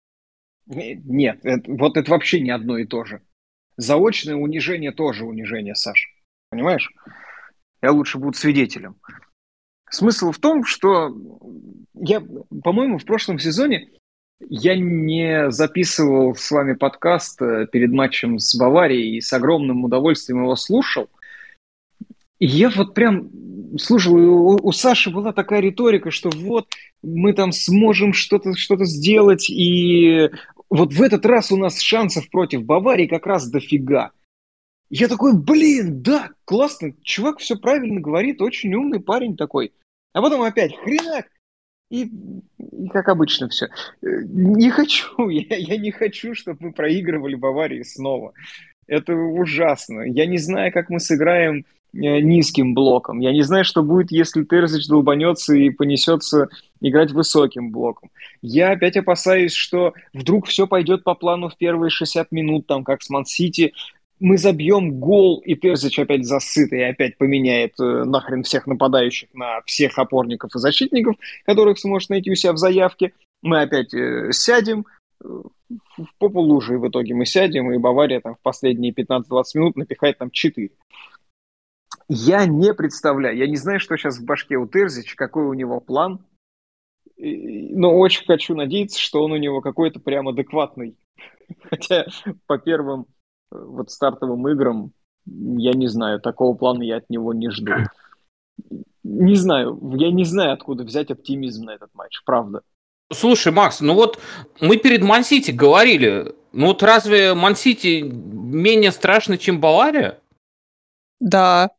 Нет, это, вот это вообще не одно и то же. Заочное унижение тоже унижение, Саша. Понимаешь? Я лучше буду свидетелем. Смысл в том, что я, по-моему, в прошлом сезоне я не записывал с вами подкаст перед матчем с Баварией и с огромным удовольствием его слушал. И я вот прям слушал, у, у Саши была такая риторика, что вот мы там сможем что-то, что-то сделать, и вот в этот раз у нас шансов против Баварии как раз дофига. Я такой, блин, да, классно, чувак все правильно говорит, очень умный парень такой. А потом опять хренак, и, и как обычно все. Не хочу, я, я не хочу, чтобы мы проигрывали Баварии снова. Это ужасно. Я не знаю, как мы сыграем низким блоком. Я не знаю, что будет, если Терзич долбанется и понесется играть высоким блоком. Я опять опасаюсь, что вдруг все пойдет по плану в первые шестьдесят минут, там, как с Ман-Сити. Мы забьем гол, и Терзич опять засыт, и опять поменяет э, нахрен всех нападающих на всех опорников и защитников, которых сможет найти у себя в заявке. Мы опять э, сядем, э, в попу лужи в итоге мы сядем, и Бавария там в последние пятнадцать-двадцать минут напихает там четыре. Я не представляю, я не знаю, что сейчас в башке у Терзича, какой у него план, но очень хочу надеяться, что он у него какой-то прям адекватный. Хотя по первым вот стартовым играм, я не знаю, такого плана я от него не жду. Не знаю, я не знаю, откуда взять оптимизм на этот матч, правда. Слушай, Макс, ну вот мы перед Ман-Сити говорили, ну вот разве Ман-Сити менее страшный, чем Бавария? Да.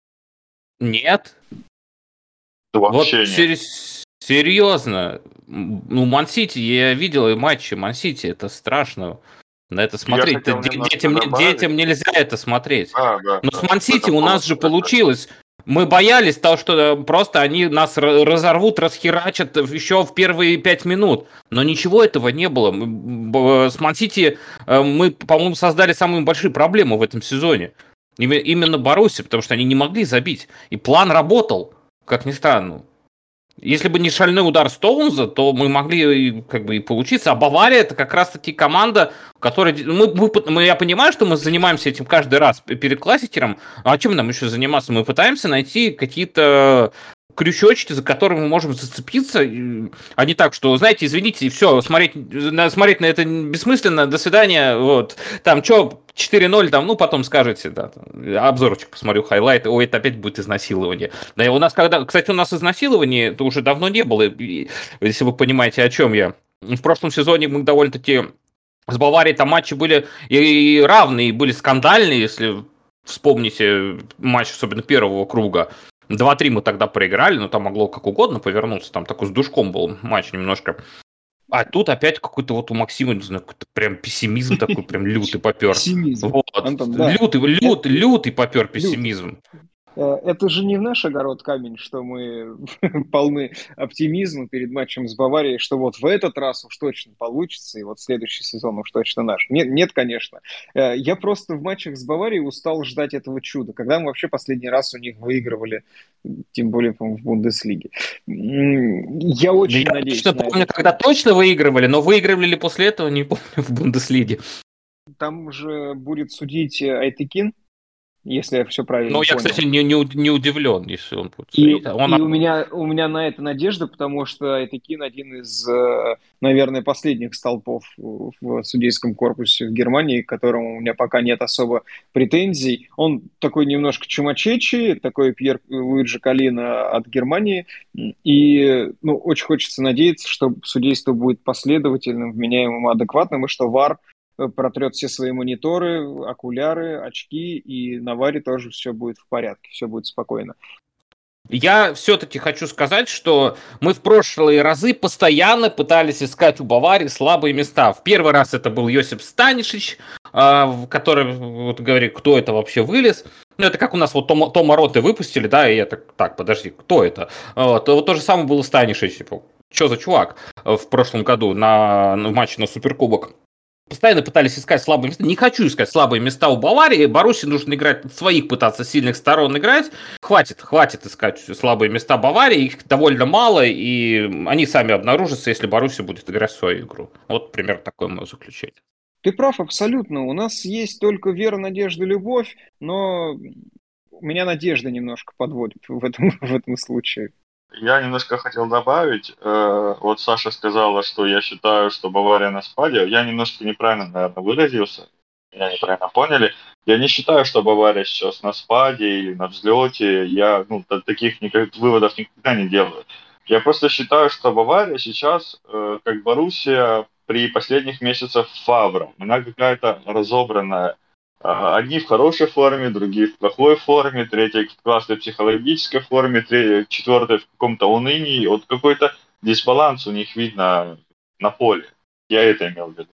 Нет. Да вообще вот нет. Сер- серьезно, ну Ман-Сити, я видел и матчи Ман-Сити, это страшно. На это смотреть. Д- детям, детям нельзя это смотреть. А, да, Но да, с Ман-Сити у нас же так, получилось. Мы боялись того, что просто они нас разорвут, расхерачат еще в первые пять минут. Но ничего этого не было. С Ман-Сити мы, по-моему, создали самые большие проблемы в этом сезоне. Именно Боруссия, потому что они не могли забить. И план работал, как ни странно. Если бы не шальной удар Стоунза, то мы могли как бы и получиться. А Бавария это как раз-таки команда, которая... Мы, мы, мы, я понимаю, что мы занимаемся этим каждый раз перед классикером. А чем нам еще заниматься? Мы пытаемся найти какие-то крючочки, за которыми мы можем зацепиться, а не так, что, знаете, извините, и все, смотреть, смотреть на это бессмысленно, до свидания, вот, там, что, четыре ноль, там, ну, потом скажете, да, обзорчик посмотрю, хайлайты, ой, это опять будет изнасилование. Да, и у нас, когда, кстати, у нас изнасилование, это уже давно не было, если вы понимаете, о чем я. В прошлом сезоне мы довольно-таки с Баварией там матчи были и равные, и были скандальные, если вспомните матч, особенно первого круга. два-три мы тогда проиграли, но там могло как угодно повернуться. Там такой с душком был матч немножко. А тут опять какой-то вот у Максима, не знаю, какой-то прям пессимизм такой, прям лютый попер. Пессимизм. Вот. Антон, да. Лютый, лютый, Это- лютый попер пессимизм. Э, Это же не в наш огород камень, что мы полны оптимизма перед матчем с Баварией, что вот в этот раз уж точно получится, и вот следующий сезон уж точно наш. Нет, нет, конечно. Э, Я просто в матчах с Баварией устал ждать этого чуда. Когда мы вообще последний раз у них выигрывали, тем более, по-моему, в Бундеслиге. М, Я очень Я надеюсь точно на помню, это. когда точно выигрывали, но выигрывали ли после этого, не помню, в Бундеслиге. Там же будет судить э, Айтекин, если я все правильно Ну, я, понял. кстати, не, не, уд- не удивлен, если он будет И, судить. Он и у меня, у меня на это надежда, потому что Айтекин один из, э, наверное, последних столпов в в судейском корпусе в Германии, к которому у меня пока нет особо претензий. Он такой немножко чумачечи, такой Пьер Луиджи Калина от Германии. И ну, очень хочется надеяться, что судейство будет последовательным, вменяемым, адекватным, и что ВАР протрет все свои мониторы, окуляры, очки, и на ВАРе тоже все будет в порядке, все будет спокойно. Я все-таки хочу сказать, что мы в прошлые разы постоянно пытались искать у Баварии слабые места. В первый раз это был Йосип Станишич, который вот говорит, кто это вообще вылез. Ну, это как у нас вот Тома, Тома Роте выпустили, да, и я так, так, подожди, кто это? Вот, вот то же самое было Станишич, типа, что за чувак в прошлом году на, на матче на Суперкубок. Постоянно пытались искать слабые места. Не хочу искать слабые места у Баварии. Боруссии нужно играть своих, пытаться сильных сторон играть. Хватит, хватит искать слабые места Баварии. Их довольно мало, и они сами обнаружатся, если Боруссия будет играть свою игру. Вот примерно такое мое заключение. Ты прав абсолютно. У нас есть только вера, надежда, любовь, но меня надежда немножко подводит в этом, в этом случае. Я немножко хотел добавить. э, Вот Саша сказала, что я считаю, что Бавария на спаде. Я немножко неправильно, наверное, выразился. Меня неправильно поняли. Я не считаю, что Бавария сейчас на спаде или на взлете. Я ну, т- таких никак, выводов никогда не делаю. Я просто считаю, что Бавария сейчас, э, как Боруссия при последних месяцах Фавра. Она какая-то разобранная. А, Одни в хорошей форме, другие в плохой форме, третьи в классной психологической форме, третьи, четвертые в каком-то унынии. Вот какой-то дисбаланс у них видно на поле. Я это имел в виду.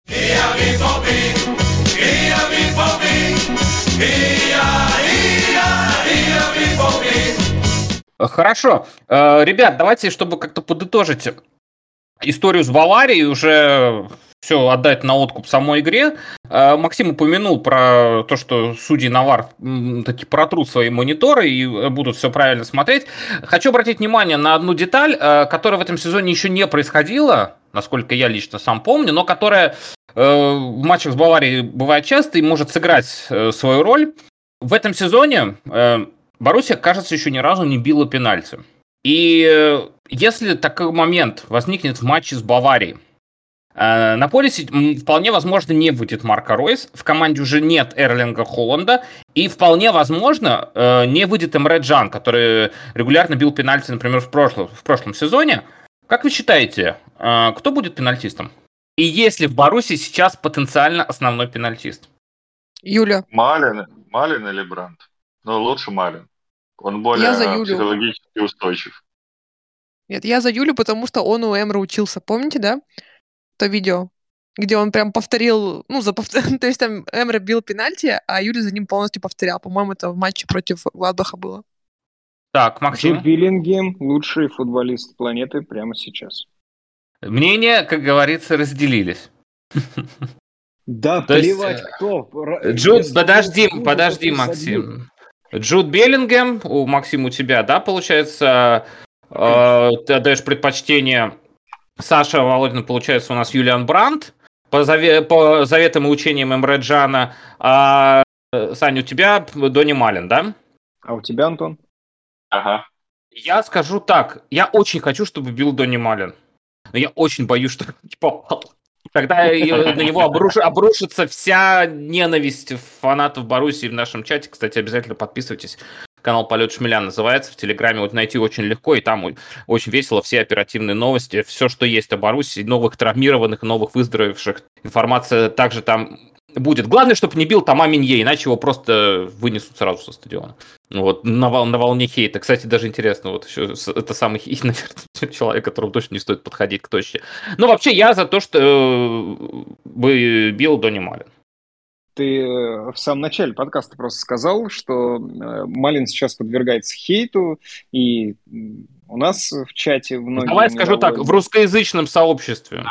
Хорошо. Э, Ребят, давайте, чтобы как-то подытожить историю с Баварией, уже все отдать на откуп самой игре. Э, Максим упомянул про то, что судьи на ВАР м, таки протрут свои мониторы и э, будут все правильно смотреть. Хочу обратить внимание на одну деталь, э, которая в этом сезоне еще не происходила, насколько я лично сам помню, но которая э, в матчах с Баварией бывает часто и может сыграть э, свою роль. В этом сезоне э, Боруссия, кажется, еще ни разу не била пенальти. И э, если такой момент возникнет в матче с Баварией, э, на поле си- м, вполне возможно не выйдет Марко Ройс, в команде уже нет Эрлинга Холланда, и вполне возможно э, не выйдет Эмре Джан, который регулярно бил пенальти, например, в прошлом, в прошлом сезоне. Как вы считаете, э, кто будет пенальтистом? И есть ли в Боруссии сейчас потенциально основной пенальтист? Юля. Малин, Малин или Брандт? Ну, лучше Малин. Он более Я за Юлю. психологически устойчив. Нет, я за Юлю, потому что он у Эмра учился. Помните, да? То видео, где он прям повторил, ну, за повтор... то есть там Эмре бил пенальти, а Юля за ним полностью повторял. По-моему, это в матче против Гладбаха было. Так, Джуд Максим. Беллингем – лучший футболист планеты прямо сейчас. Мнения, как говорится, разделились. Да, То есть, плевать, кто. Ра- Джуд, если подожди, был хуже, подожди, то ты забей. Максим. Джуд Беллингем, у Максима у тебя, да, получается, э, ты отдаешь предпочтение Саша Володина, получается, у нас Юлиан Брандт, по, заве- по заветам и учениям Эмре Джана, а э, Саня, у тебя Донни Малин, да? А у тебя, Антон? Ага. Я скажу так, я очень хочу, чтобы бил Донни Малин, но я очень боюсь, что не попал. Тогда и на него обруш- обрушится вся ненависть фанатов Боруссии в нашем чате. Кстати, обязательно подписывайтесь. Канал «Полет Шмеля» называется. В Телеграме вот найти очень легко, и там очень весело все оперативные новости. Все, что есть о Боруссии, новых травмированных, новых выздоровевших. Информация также там будет. Главное, чтобы не бил Тома Минье, иначе его просто вынесут сразу со стадиона. Вот, на, вол, на волне хейта. Кстати, даже интересно, вот еще это самый хейт, наверное, человек, которому точно не стоит подходить к тоще. Но вообще я за то, что бы бил Донни Малин. Ты в самом начале подкаста просто сказал, что Малин сейчас подвергается хейту, и у нас в чате многие... Давай скажу так, в русскоязычном сообществе.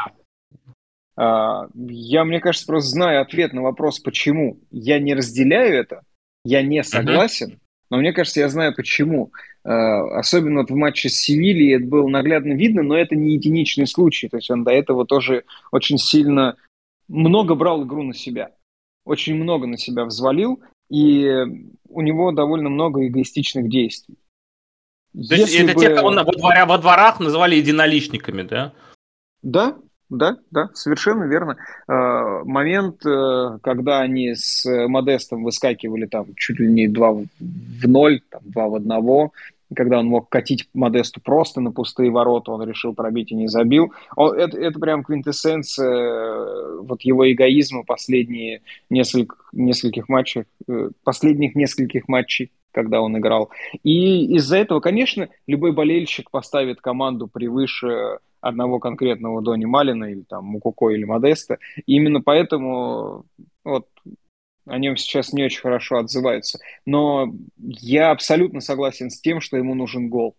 Я, мне кажется, просто знаю ответ на вопрос, почему. Я не разделяю это, я не согласен, uh-huh. но мне кажется, я знаю, почему. Особенно вот в матче с Севильей это было наглядно видно, но это не единичный случай. То есть он до этого тоже очень сильно много брал игру на себя. Очень много на себя взвалил, и у него довольно много эгоистичных действий. То есть это бы... те, кого во, двора, во дворах называли единоличниками, да? Да, да, да, совершенно верно. Момент, когда они с Модестом выскакивали там чуть ли не два в ноль, там, два в одного, когда он мог катить Модесту просто на пустые ворота, он решил пробить и не забил. Он, это, это прям квинтэссенция вот его эгоизма последние несколько, нескольких матчей, последних нескольких матчей, когда он играл. И из-за этого, конечно, любой болельщик поставит команду превыше одного конкретного Донни Малина или там Мукоко или Модеста. И именно поэтому вот о нем сейчас не очень хорошо отзываются. Но я абсолютно согласен с тем, что ему нужен гол.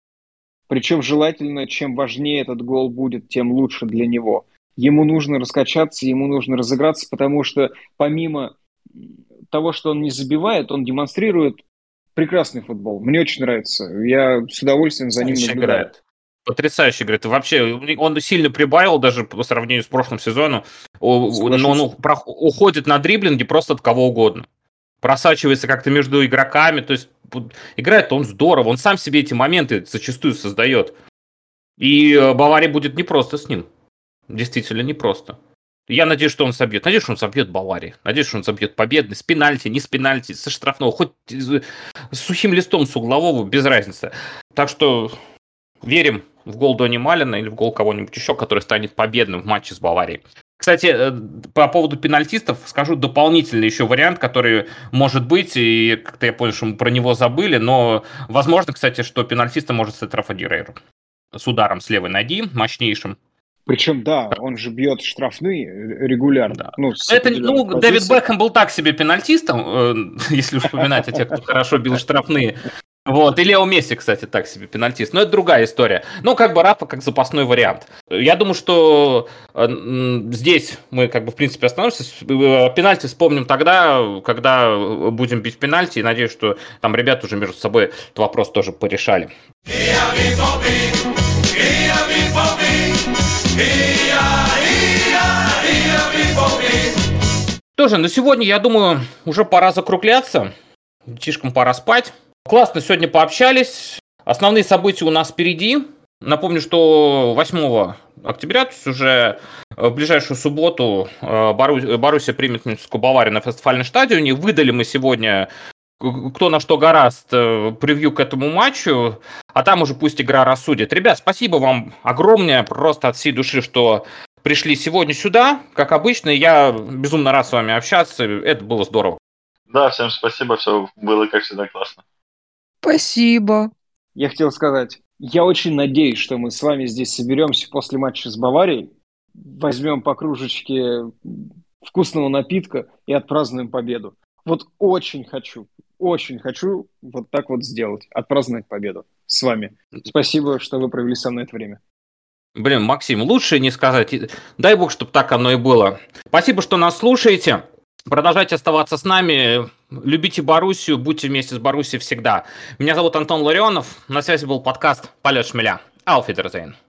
Причем желательно, чем важнее этот гол будет, тем лучше для него. Ему нужно раскачаться, ему нужно разыграться, потому что помимо того, что он не забивает, он демонстрирует прекрасный футбол. Мне очень нравится. Я с удовольствием за ним наблюдаю. Играет. Потрясающе играет. Вообще, он сильно прибавил даже по сравнению с прошлым сезоном. Но он уходит на дриблинге просто от кого угодно. Просачивается как-то между игроками. То есть играет он здорово. Он сам себе эти моменты зачастую создает. И Баварии будет непросто с ним. Действительно непросто. Я надеюсь, что он собьет. Надеюсь, что он собьет Баварии. Надеюсь, что он собьет победный. С пенальти, не с пенальти, со штрафного. Хоть с сухим листом с углового, без разницы. Так что верим в гол Донни Малина или в гол кого-нибудь еще, который станет победным в матче с Баварией. Кстати, по поводу пенальтистов скажу дополнительный еще вариант, который может быть, и как-то я понял, что мы про него забыли, но возможно, кстати, что пенальтистом может стать Рафа Геррейро с ударом с левой ноги, мощнейшим. Причем, да, он же бьет штрафные регулярно. Да. Ну, это, ну Дэвид Бекхэм был так себе пенальтистом, если уж вспоминать о тех, кто хорошо бил штрафные. Вот, и Лео Месси, кстати, так себе пенальтист. Но это другая история. Ну, как бы Рафа как запасной вариант. Я думаю, что э, здесь мы, как бы, в принципе, остановимся. Пенальти вспомним тогда, когда будем бить пенальти. И надеюсь, что там ребята уже между собой этот вопрос тоже порешали. Тоже, на сегодня, я думаю, уже пора закругляться. Детишкам пора спать. Классно сегодня пообщались. Основные события у нас впереди. Напомню, что восьмого октября, то есть уже в ближайшую субботу, Боруссия примет Мюнхенскую Баварию на фестивальном стадионе. Выдали мы сегодня кто на что гораст превью к этому матчу, а там уже пусть игра рассудит. Ребят, спасибо вам огромное, просто от всей души, что пришли сегодня сюда. Как обычно, я безумно рад с вами общаться. Это было здорово. Да, всем спасибо, все было, как всегда, классно. Спасибо. Я хотел сказать, я очень надеюсь, что мы с вами здесь соберемся после матча с Баварией, возьмем по кружечке вкусного напитка и отпразднуем победу. Вот очень хочу, очень хочу вот так вот сделать, отпраздновать победу с вами. Спасибо, что вы провели со мной это время. Блин, Максим, лучше не сказать. Дай бог, чтобы так оно и было. Спасибо, что нас слушаете. Продолжайте оставаться с нами. Любите Боруссию, будьте вместе с Боруссией всегда. Меня зовут Антон Ларионов. На связи был подкаст «Полет шмеля». Auf Wiedersehen.